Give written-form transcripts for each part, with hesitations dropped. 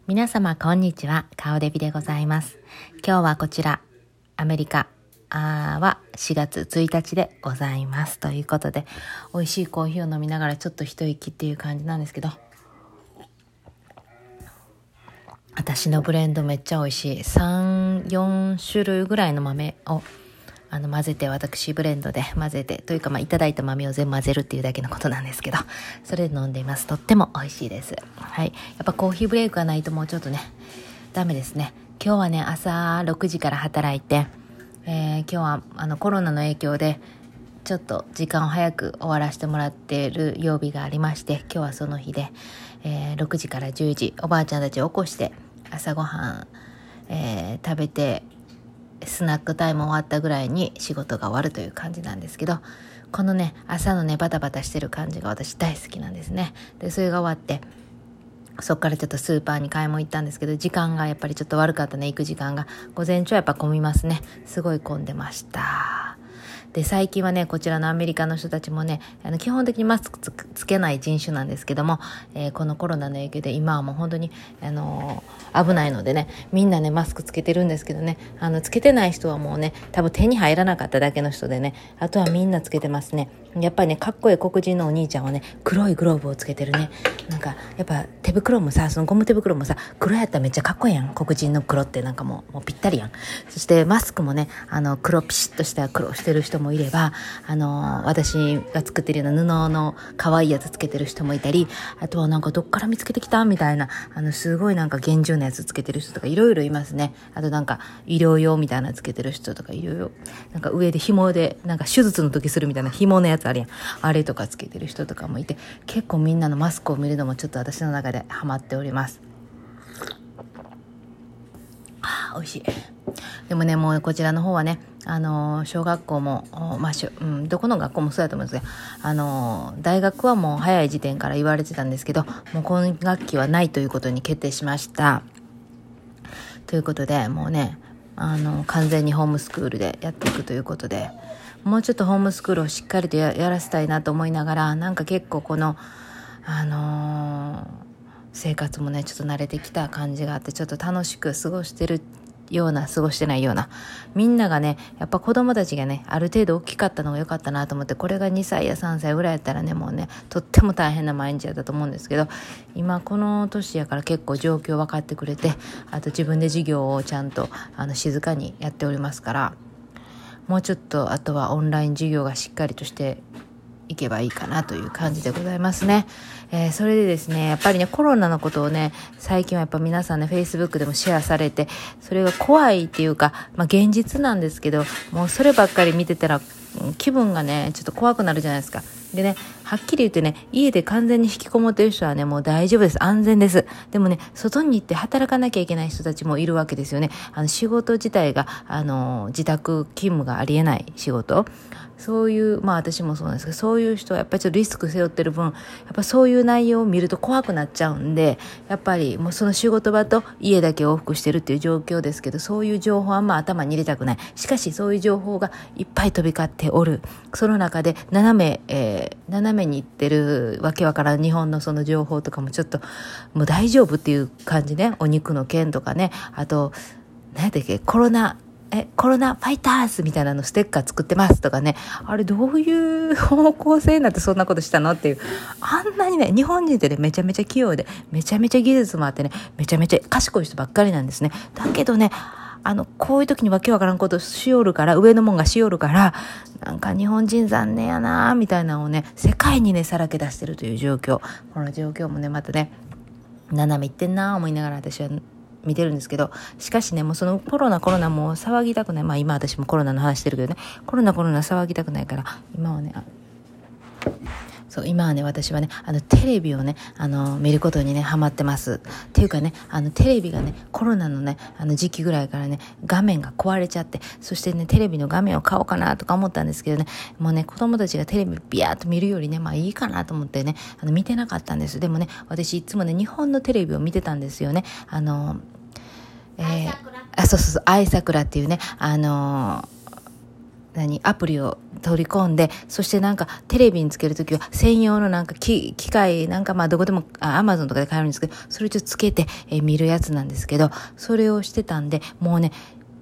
皆様こんにちは、顔デビでございます。今日はこちらアメリカは4月1日でございますということで、美味しいコーヒーを飲みながらちょっと一息っていう感じなんですけど、私のブレンドめっちゃ美味しい3、4種類ぐらいの豆を混ぜて、私ブレンドで混ぜてというか、いただいた豆を全部混ぜるっていうだけのことなんですけど、それで飲んでいます。とっても美味しいです。はい、やっぱコーヒーブレイクがないともうちょっとねダメですね。今日はね朝6時から働いて、今日はコロナの影響でちょっと時間を早く終わらせてもらっている曜日がありまして、今日はその日で、6時から10時おばあちゃんたちを起こして朝ごはん、食べてスナックタイム終わったぐらいに仕事が終わるという感じなんですけど、このね朝のねバタバタしてる感じが私大好きなんですね。でそれが終わってそっからちょっとスーパーに買い物行ったんですけど、時間がやっぱりちょっと悪かったね。行く時間が午前中はやっぱ混みますね。すごい混んでました。で最近はねこちらのアメリカの人たちもね基本的にマスクつけない人種なんですけども、このコロナの影響で今はもう本当に危ないのでね、みんなねマスクつけてるんですけどね、つけてない人はもうね多分手に入らなかっただけの人でね、あとはみんなつけてますね。やっぱりねかっこいい黒人のお兄ちゃんはね黒いグローブをつけてるね。なんかやっぱ手袋もさ、そのゴム手袋もさ黒やったらめっちゃかっこいいやん。黒人の黒ってなんかもうぴったりやん。そしてマスクもね黒ピシッとした黒してる人もいれば、私が作ってるような布の可愛いやつつけてる人もいたり、あとはなんかどっから見つけてきたみたいなすごいなんか厳重なやつつけてる人とかいろいろいますね。あとなんか医療用みたいなのつけてる人とかいろいろ、なんか上で紐でなんか手術の時するみたいな紐のやつあるやん、あれとかつけてる人とかもいて、結構みんなのマスクを見るのもちょっと私の中でハマっております。美味しい。でもねもうこちらの方はね小学校も、どこの学校もそうだと思うんですが、大学はもう早い時点から言われてたんですけど、もう今学期はないということに決定しました。ということでもうね完全にホームスクールでやっていくということで、もうちょっとホームスクールをしっかりと やらせたいなと思いながら、なんか結構この生活もねちょっと慣れてきた感じがあって、ちょっと楽しく過ごしてるような過ごしてないような、みんながねやっぱ子供たちがねある程度大きかったのが良かったなと思って、これが2歳や3歳ぐらいやったらねもうねとっても大変な毎日だったと思うんですけど、今この年やから結構状況分かってくれて、あと自分で授業をちゃんと静かにやっておりますから、もうちょっとあとはオンライン授業がしっかりとしていけばいいかなという感じでございますね。それでですねやっぱりねコロナのことをね最近はやっぱ皆さんね Facebook でもシェアされて、それが怖いっていうか、現実なんですけど、もうそればっかり見てたら気分がねちょっと怖くなるじゃないですか。でねはっきり言ってね家で完全に引きこもってる人はねもう大丈夫です、安全です。でもね外に行って働かなきゃいけない人たちもいるわけですよね。仕事自体が自宅勤務がありえない仕事、そういう私もそうなんですけど、そういう人はやっぱりちょっとリスク背負ってる分、やっぱそういう内容を見ると怖くなっちゃうんで、やっぱりもうその仕事場と家だけ往復してるっていう状況ですけど、そういう情報は頭に入れたくない。しかしそういう情報がいっぱい飛び交っておる。その中で斜めに行ってるわけわからん日本のその情報とかもちょっともう大丈夫っていう感じね。お肉の件とかね、あと何やったっけ、コロナファイターズみたいなのステッカー作ってますとかね、あれどういう方向性になってそんなことしたのっていう、あんなにね日本人ってねめちゃめちゃ器用でめちゃめちゃ技術もあってねめちゃめちゃ賢い人ばっかりなんですね。だけどねこういう時にわけわからんことしおるから、上のもんがしおるから、なんか日本人残念やなみたいなのをね世界にねさらけ出してるという状況。この状況もねまたね斜めいってんな思いながら私は見てるんですけど、しかしねもうそのコロナもう騒ぎたくない。今私もコロナの話してるけどね、コロナ騒ぎたくないから今はね私はねテレビをね見ることにねハマってますっていうかね、テレビがねコロナのね時期ぐらいからね画面が壊れちゃって、そしてねテレビの画面を買おうかなとか思ったんですけどね、もうね子供たちがテレビビヤーっと見るよりねいいかなと思ってね見てなかったんです。でもね私いつもね日本のテレビを見てたんですよね。そう愛桜っていうねアプリを取り込んで、そしてなんかテレビにつけるときは専用のなんか機械、なんかまあどこでもAmazon とかで買えるんですけど、それをちょっとつけて、見るやつなんですけど、それをしてたんで、もうね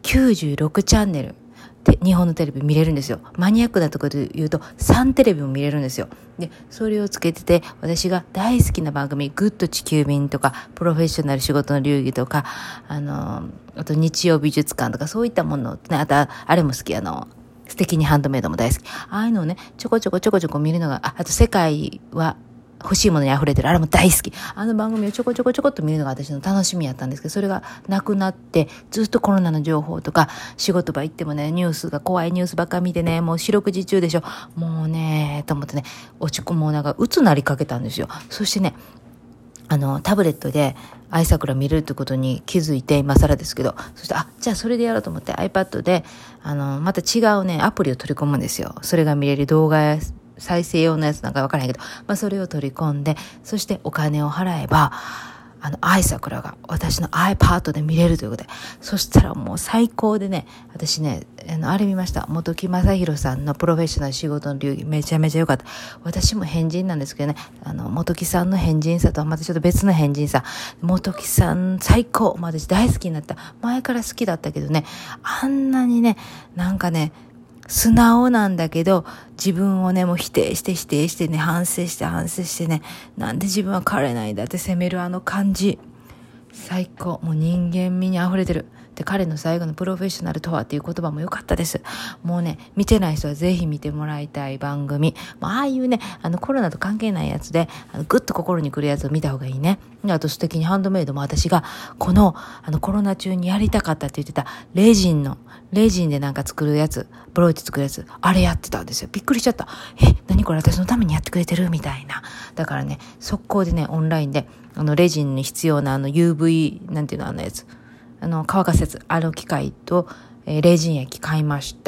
96チャンネルで日本のテレビ見れるんですよ。マニアックなところで言うと3テレビも見れるんですよ。でそれをつけてて、私が大好きな番組、グッド地球便とかプロフェッショナル仕事の流儀とか、あと日曜美術館とか、そういったものね、あとあれも好き、素敵にハンドメイドも大好き。ああいうのをねちょこちょこ見るのが、あと世界は欲しいものに溢れてる、あれも大好き。あの番組をちょこちょこっと見るのが私の楽しみやったんですけど、それがなくなって、ずっとコロナの情報とか、仕事場行ってもね、ニュースが怖いニュースばっか見てね、もう四六時中でしょ。もうね、と思ってね、落ち込む、もうなんか鬱なりかけたんですよ。そしてね、タブレットで愛桜見れるってことに気づいて、今更ですけど、そしてじゃあそれでやろうと思って iPad でまた違うねアプリを取り込むんですよ。それが見れる動画や再生用のやつなんか分からへんけど、それを取り込んで、そしてお金を払えば愛桜が私の iPad で見れるということで、そしたらもう最高でね、私ねあれ見ました、本木雅弘さんのプロフェッショナル仕事の流儀、めちゃめちゃ良かった。私も変人なんですけどね、本木さんの変人さとはまたちょっと別の変人さ、本木さん最高、私大好きになった。前から好きだったけどね、あんなにね、なんかね素直なんだけど、自分をねもう否定してね、反省してね、なんで自分は彼ないんだって責める感じ、最高。もう人間味に溢れてる。で彼の最後のプロフェッショナルとはっていう言葉も良かったです。もうね見てない人はぜひ見てもらいたい番組。ああいうねコロナと関係ないやつでグッと心に来るやつを見た方がいいね。あと素敵にハンドメイドも、私がこのコロナ中にやりたかったって言ってたレジンでなんか作るやつ、ブローチ作るやつ、あれやってたんですよ。びっくりしちゃった。何これ私のためにやってくれてるみたいな。だからね速攻でねオンラインでレジンに必要なUV なんていうのやつ、乾かすやつ、機械と、レジン液買いました。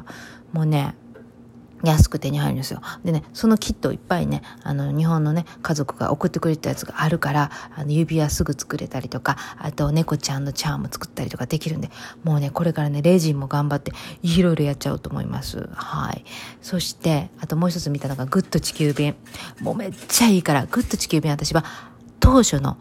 もうね安く手に入るんですよ。でねそのキットをいっぱいね日本のね家族が送ってくれたやつがあるから、指輪すぐ作れたりとか、あと猫ちゃんのチャーム作ったりとかできるんで、もうねこれからねレジンも頑張っていろいろやっちゃおうと思います。はい。そしてあともう一つ見たのがグッド地球便。もうめっちゃいいから、グッド地球便私は当初の、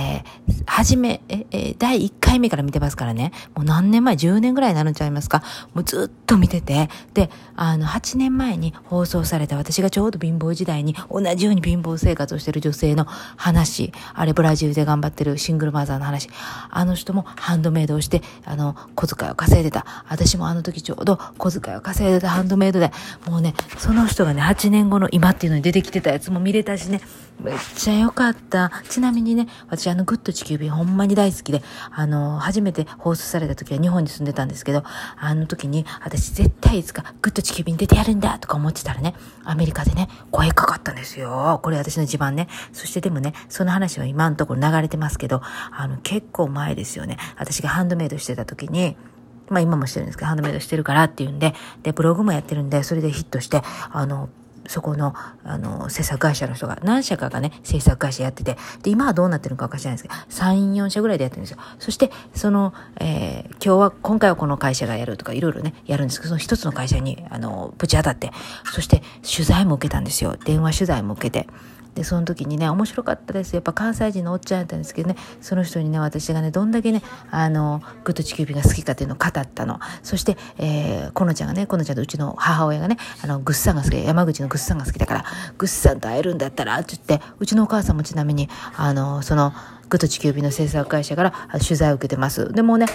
第1回目から見てますからね。もう何年前、10年ぐらいになるんちゃいますか。もうずっと見てて、で8年前に放送された、私がちょうど貧乏時代に同じように貧乏生活をしている女性の話、あれブラジルで頑張ってるシングルマザーの話、人もハンドメイドをして小遣いを稼いでた。私も時ちょうど小遣いを稼いでたハンドメイドで、もうねその人がね8年後の今っていうのに出てきてたやつも見れたしね、めっちゃ良かった。ちなみにね私グッド地球便ほんまに大好きで、初めて放送された時は日本に住んでたんですけど、時に私絶対いつかグッド地球便出てやるんだとか思ってたらね、アメリカでね声かかったんですよ。これ私の自慢ね。そしてでもねその話は今のところ流れてますけど、結構前ですよね。私がハンドメイドしてた時に、今もしてるんですけど、ハンドメイドしてるからっていうんで、ブログもやってるんで、それでヒットして、そこの、制作会社の人が、何社かがね、制作会社やってて、で、今はどうなってるのかわかんないんですけど、3、4社ぐらいでやってるんですよ。そして、今回はこの会社がやるとか、いろいろね、やるんですけど、その一つの会社に、ぶち当たって、そして、取材も受けたんですよ。電話取材も受けて。でその時にね面白かったです。やっぱ関西人のおっちゃんやったんですけどね、その人にね私がねどんだけねグッド地球便が好きかっていうのを語ったの。そして、このちゃんとうちの母親がねグッサンが好きで、山口のグッサンが好きだからグッサンと会えるんだったらって言って、うちのお母さんもちなみにそのグッド地球便の制作会社から取材を受けてます。でもね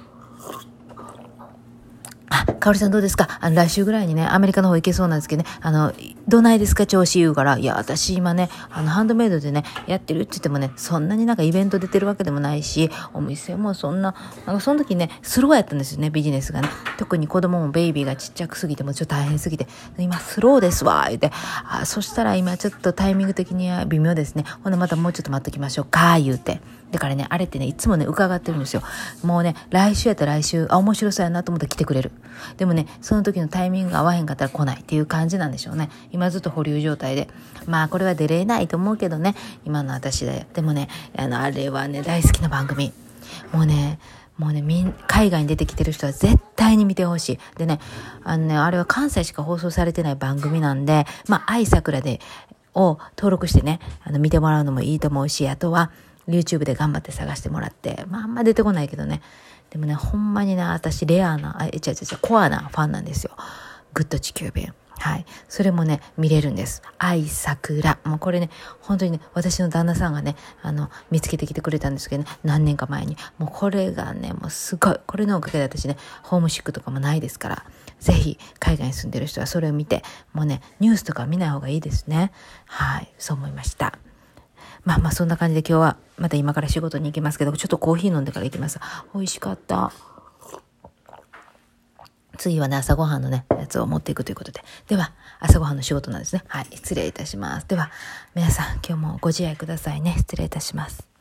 かおりさんどうですか？来週ぐらいにね、アメリカの方行けそうなんですけどね、どないですか調子言うから、いや、私今ね、ハンドメイドでね、やってるって言ってもね、そんなになんかイベント出てるわけでもないし、お店もそんな、その時ね、スローやったんですよね、ビジネスがね。特に子供もベイビーがちっちゃくすぎて、もうちょっと大変すぎて、今スローですわ、言って、そしたら今ちょっとタイミング的には微妙ですね。ほんでまたもうちょっと待っときましょうか、言うて。だからね、あれってね、いつもね、伺ってるんですよ。もうね、来週やったら来週、面白そうやなと思ったら来てくれる。でもね、その時のタイミングが合わへんかったら来ないっていう感じなんでしょうね。今ずっと保留状態で。これは出れないと思うけどね、今の私だよ。でもね、あれはね、大好きな番組。もうね、 もうね、海外に出てきてる人は絶対に見てほしい。でね、あれは関西しか放送されてない番組なんで、愛さくらを登録してね、見てもらうのもいいと思うし、あとは YouTube で頑張って探してもらって、あんま出てこないけどね。でもね、ほんまにね、私コアなファンなんですよ。グッド地球便。はい。それもね、見れるんです。愛桜。もうこれね、本当にね、私の旦那さんがね、見つけてきてくれたんですけどね、何年か前に。もうこれがね、もうすごい。これのおかげで私ね、ホームシックとかもないですから、ぜひ、海外に住んでる人はそれを見て、もうね、ニュースとか見ない方がいいですね。はい。そう思いました。そんな感じで今日は、また今から仕事に行きますけど、ちょっとコーヒー飲んでから行きます。美味しかった。次はね、朝ごはんのね、やつを持っていくということで。では、朝ごはんの仕事なんですね。はい、失礼いたします。では、皆さん、今日もご自愛くださいね。失礼いたします。